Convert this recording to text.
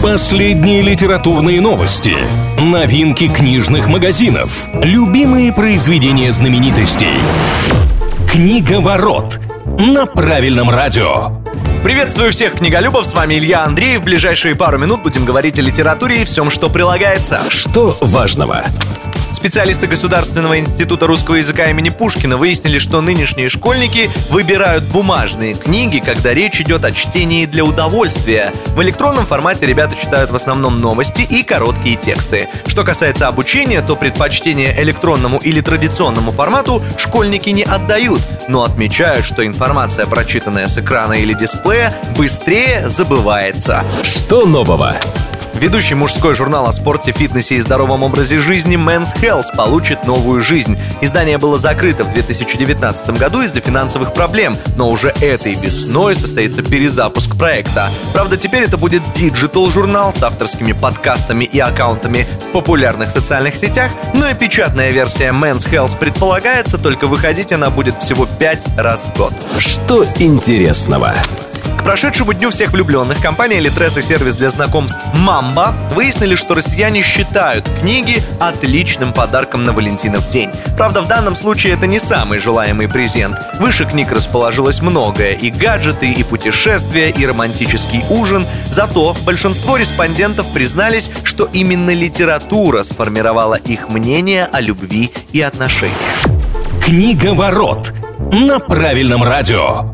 Последние литературные новости, новинки книжных магазинов, любимые произведения знаменитостей. Книговорот на правильном радио. Приветствую всех книголюбов, с вами Илья Андреев. В ближайшие пару минут будем говорить о литературе и всем, что прилагается. Что важного? Специалисты Государственного института русского языка имени Пушкина выяснили, что нынешние школьники выбирают бумажные книги, когда речь идет о чтении для удовольствия. В электронном формате ребята читают в основном новости и короткие тексты. Что касается обучения, то предпочтение электронному или традиционному формату школьники не отдают, но отмечают, что информация, прочитанная с экрана или дисплея, быстрее забывается. Что нового? Ведущий мужской журнал о спорте, фитнесе и здоровом образе жизни Men's Health получит новую жизнь. Издание было закрыто в 2019 году из-за финансовых проблем, но уже этой весной состоится перезапуск проекта. Правда, теперь это будет диджитал-журнал с авторскими подкастами и аккаунтами в популярных социальных сетях, но и печатная версия Men's Health предполагается, только выходить она будет всего 5 раз в год. Что интересного? К прошедшему дню всех влюбленных компания Litres и сервис для знакомств Mamba выяснили, что россияне считают книги отличным подарком на Валентинов день. Правда, в данном случае это не самый желаемый презент. Выше книг расположилось многое: и гаджеты, и путешествия, и романтический ужин. Зато большинство респондентов признались, что именно литература сформировала их мнение о любви и отношениях. Книговорот на правильном радио.